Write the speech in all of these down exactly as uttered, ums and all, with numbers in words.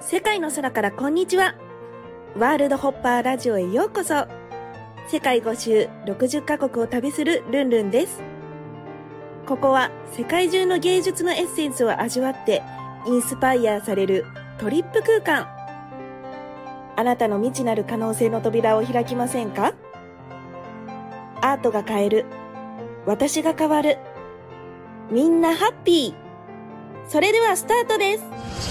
世界の空からこんにちは。ワールドホッパーラジオへようこそ。世界ご周ろくじゅっカ国を旅するルンルンです。ここは世界中の芸術のエッセンスを味わってインスパイアされるトリップ空間。あなたの未知なる可能性の扉を開きませんか？アートが変える。私が変わる。みんなハッピー。それではスタートです。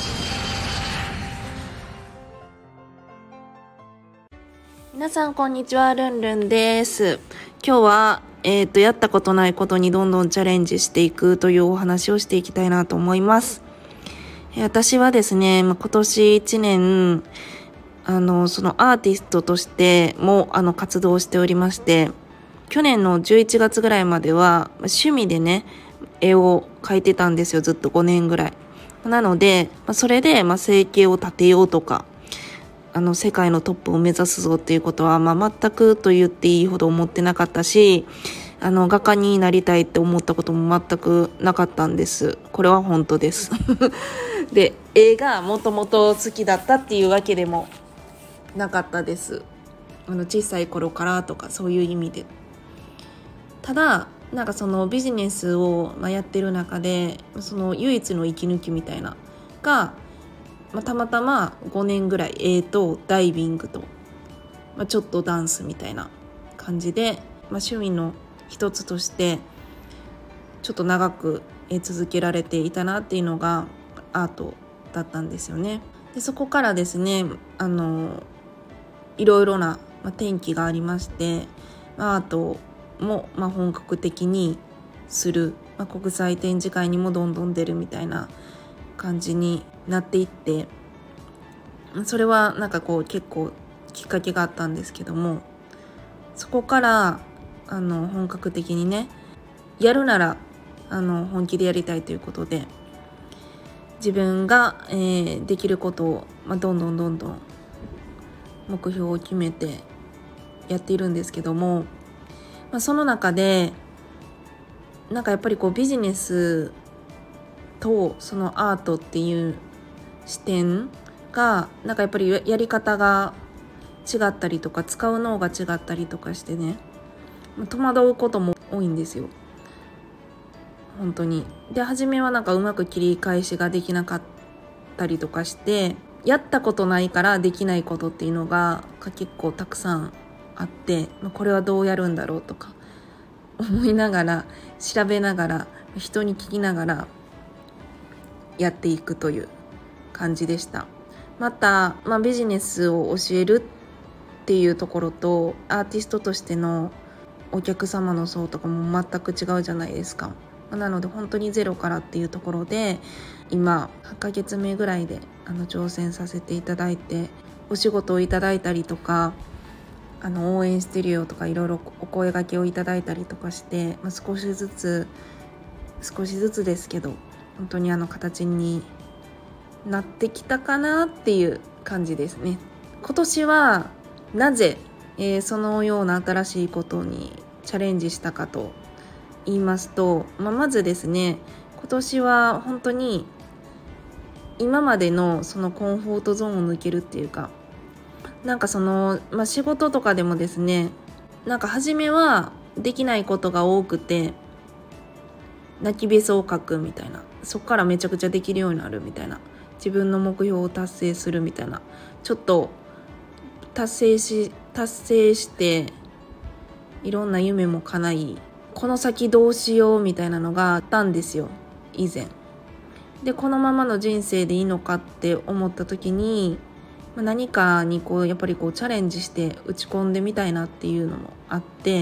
皆さんこんにちは、ルンルンです。今日は、えっと、やったことないことにどんどんチャレンジしていくというお話をしていきたいなと思います。私はですね、今年いちねん、あの、そのアーティストとしても、あの、活動しておりまして、去年のじゅういちがつぐらいまでは、趣味でね、絵を描いてたんですよ、ずっとごねんぐらい。なので、それで、まあ、生計を立てようとか、あの世界のトップを目指すぞっていうことは、まあ、全くと言っていいほど思ってなかったし、あの画家になりたいって思ったことも全くなかったんです。これは本当ですで、絵がもともと好きだったっていうわけでもなかったです。あの小さい頃からとかそういう意味で。ただなんかそのビジネスをやってる中で、その唯一の息抜きみたいながまあ、たまたまごねんぐらい絵とダイビングと、まあ、ちょっとダンスみたいな感じで、まあ、趣味の一つとしてちょっと長く絵続けられていたなっていうのがアートだったんですよね。でそこからですね、あのいろいろな、まあ、転機がありまして、まあ、アートも、まあ、本格的にする、まあ、国際展示会にもどんどん出るみたいな感じになっていって、それはなんかこう結構きっかけがあったんですけども、そこからあの本格的にねやるならあの本気でやりたいということで、自分が、えー、できることを、まあ、どんどんどんどん目標を決めてやっているんですけども、まあ、その中でなんかやっぱりこうビジネスとそのアートっていう視点がなんかやっぱりやり方が違ったりとか使う脳が違ったりとかしてね、戸惑うことも多いんですよ、本当に。で初めはなんかうまく切り返しができなかったりとかして、やったことないからできないことっていうのが結構たくさんあって、これはどうやるんだろうとか思いながら、調べながら、人に聞きながらやっていくという感じでした。また、まあ、ビジネスを教えるっていうところとアーティストとしてのお客様の層とかも全く違うじゃないですか。なので本当にゼロからっていうところで今はちかげつめぐらいであの挑戦させていただいて、お仕事をいただいたりとか、あの応援してるよとかいろいろお声掛けをいただいたりとかして、まあ、少しずつ少しずつですけど本当にあの形になってきたかなっていう感じですね。今年はなぜ、えー、そのような新しいことにチャレンジしたかと言いますと、まあ、まずですね、今年は本当に今までのそのコンフォートゾーンを抜けるっていうか、なんかその、まあ、仕事とかでもですね、なんか初めはできないことが多くて泣きべそを書くみたいな、そこからめちゃくちゃできるようになるみたいな、自分の目標を達成するみたいな、ちょっと達成し達成していろんな夢も叶い、この先どうしようみたいなのがあったんですよ、以前で。このままの人生でいいのかって思った時に、何かにこうやっぱりこうチャレンジして打ち込んでみたいなっていうのもあって、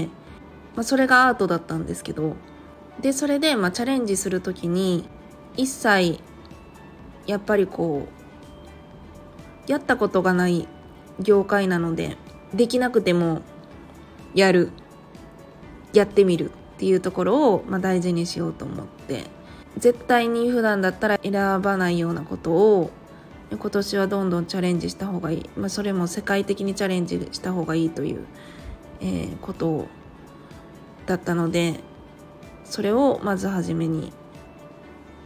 まあ、それがアートだったんですけど、でそれでまあチャレンジする時に一切やっぱりこうやったことがない業界なので、できなくてもやるやってみるっていうところをまあ大事にしようと思って、絶対に普段だったら選ばないようなことを今年はどんどんチャレンジした方がいい、まあ、それも世界的にチャレンジした方がいいという、えー、ことだったので、それをまず初めに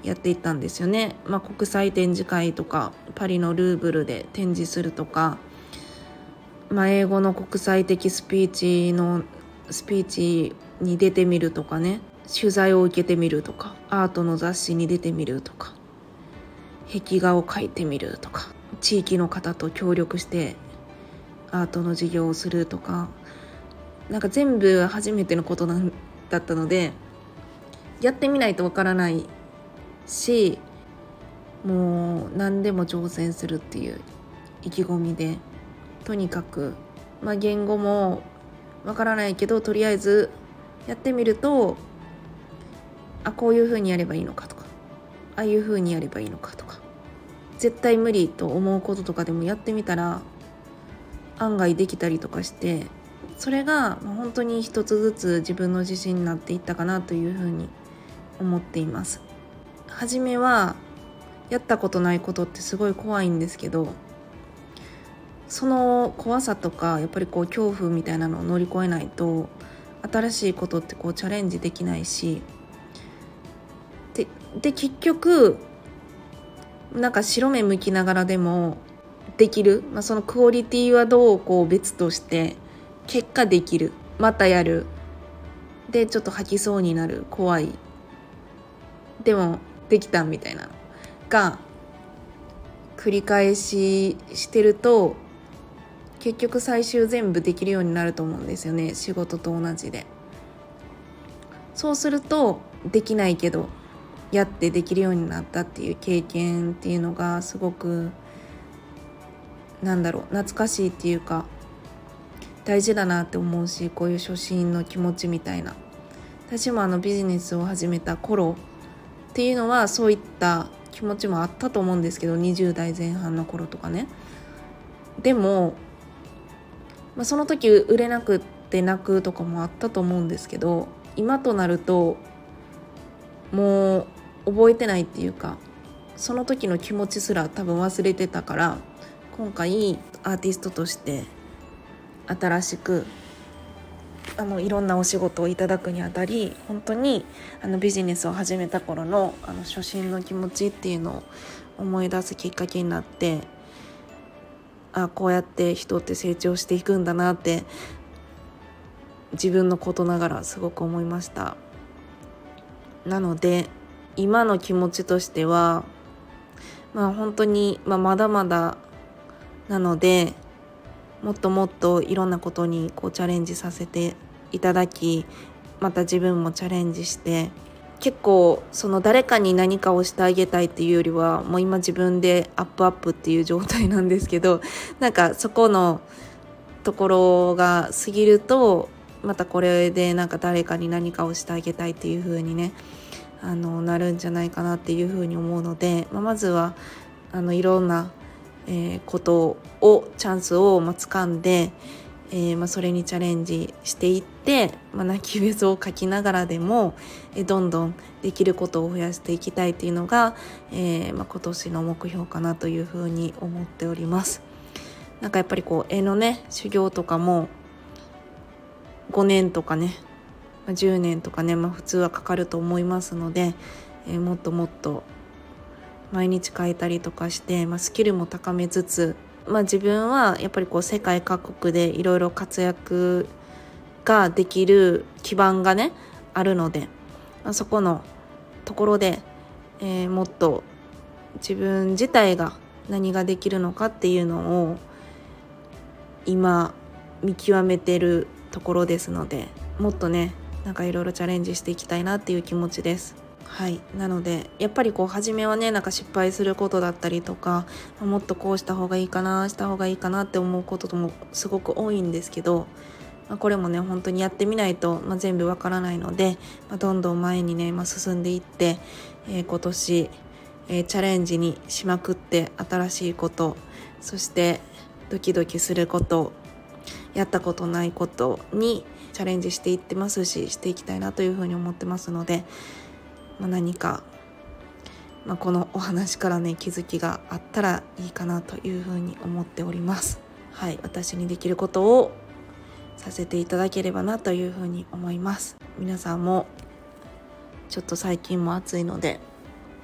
やっていったんですよね。まあ、国際展示会とかパリのルーブルで展示するとか、まあ、英語の国際的スピーチのスピーチに出てみるとかね、取材を受けてみるとか、アートの雑誌に出てみるとか、壁画を描いてみるとか、地域の方と協力してアートの授業をするとか、なんか全部初めてのことなんだったので、やってみないとわからないし、もう何でも挑戦するっていう意気込みで、とにかく、まあ、言語もわからないけどとりあえずやってみると、あ、こういう風にやればいいのかとか、ああいう風にやればいいのかとか、絶対無理と思うこととかでもやってみたら案外できたりとかして、それが本当に一つずつ自分の自信になっていったかなという風に思っています。初めはやったことないことってすごい怖いんですけど、その怖さとかやっぱりこう恐怖みたいなのを乗り越えないと新しいことってこうチャレンジできないし、で, で結局なんか白目向きながらでもできる、まあ、そのクオリティはどうこう別として結果できる、またやる、でちょっと吐きそうになる、怖い、でもできたみたいなのが繰り返ししてると結局最終全部できるようになると思うんですよね、仕事と同じで。そうするとできないけどやってできるようになったっていう経験っていうのがすごくなんだろう懐かしいっていうか大事だなって思うし、こういう初心の気持ちみたいな、私もあのビジネスを始めた頃っていうのはそういった気持ちもあったと思うんですけど、にじゅう代前半の頃とかね。でも、まあ、その時売れなくって泣くとかもあったと思うんですけど、今となるともう覚えてないっていうか、その時の気持ちすら多分忘れてたから、今回アーティストとして新しくあのいろんなお仕事をいただくにあたり、本当にあのビジネスを始めた頃のあの初心の気持ちっていうのを思い出すきっかけになって、あ、こうやって人って成長していくんだなって自分のことながらすごく思いました。なので今の気持ちとしては、まあ本当に、まあ、まだまだなので、もっともっといろんなことにこうチャレンジさせていただき、また自分もチャレンジして、結構その誰かに何かをしてあげたいっていうよりは、もう今自分でアップアップっていう状態なんですけど、なんかそこのところが過ぎると、またこれでなんか誰かに何かをしてあげたいっていう風にね、あのなるんじゃないかなっていう風に思うので、まあ、まずはあのいろんな、えー、ことをチャンスを、まあ、掴んで、えーまあ、それにチャレンジしていって、まあ、泣きべそを書きながらでも、えー、どんどんできることを増やしていきたいっていうのが、えーまあ、今年の目標かなという風に思っております。なんかやっぱりこう絵のね修行とかもごねんとかねじゅうねんとかね、まあ、普通はかかると思いますので、えー、もっともっと毎日描いたりとかして、まあ、スキルも高めつつ、まあ、自分はやっぱりこう世界各国でいろいろ活躍ができる基盤がねあるので、まあ、そこのところで、えー、もっと自分自体が何ができるのかっていうのを今見極めてるところですので、もっとねなんかいろいろチャレンジしていきたいなっていう気持ちです。はい、なのでやっぱりこう初めはねなんか失敗することだったりとか、もっとこうした方がいいかなした方がいいかなって思うこともすごく多いんですけど、まあ、これもね本当にやってみないと、まあ、全部わからないので、まあ、どんどん前にね、まあ、進んでいって、えー、今年、えー、チャレンジにしまくって、新しいこと、そしてドキドキすること、やったことないことにチャレンジしていってますし、していきたいなというふうに思ってますので、まあ、何か、まあ、このお話からね気づきがあったらいいかなというふうに思っております。はい、私にできることをさせていただければなというふうに思います。皆さんもちょっと最近も暑いので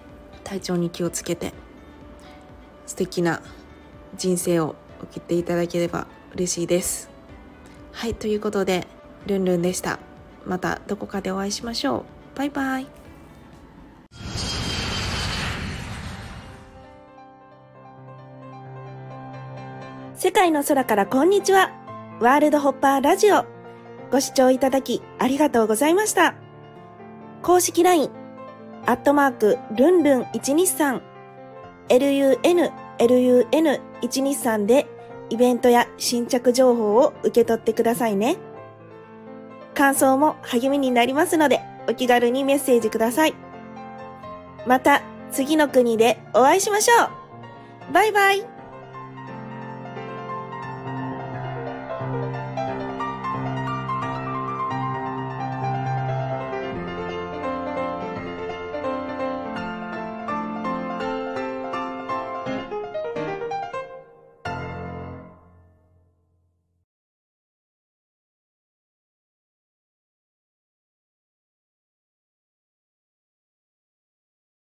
体調に気をつけて素敵な人生を送っていただければ嬉しいです。はい、ということでルンルンでした。またどこかでお会いしましょう。バイバイ。世界の空からこんにちは。ワールドホッパーラジオ。ご視聴いただきありがとうございました。公式 ライン、アットマーク、ルンルンいちにさん、ルンルンいちにさん でイベントや新着情報を受け取ってくださいね。感想も励みになりますので、お気軽にメッセージください。また次の国でお会いしましょう。バイバイ。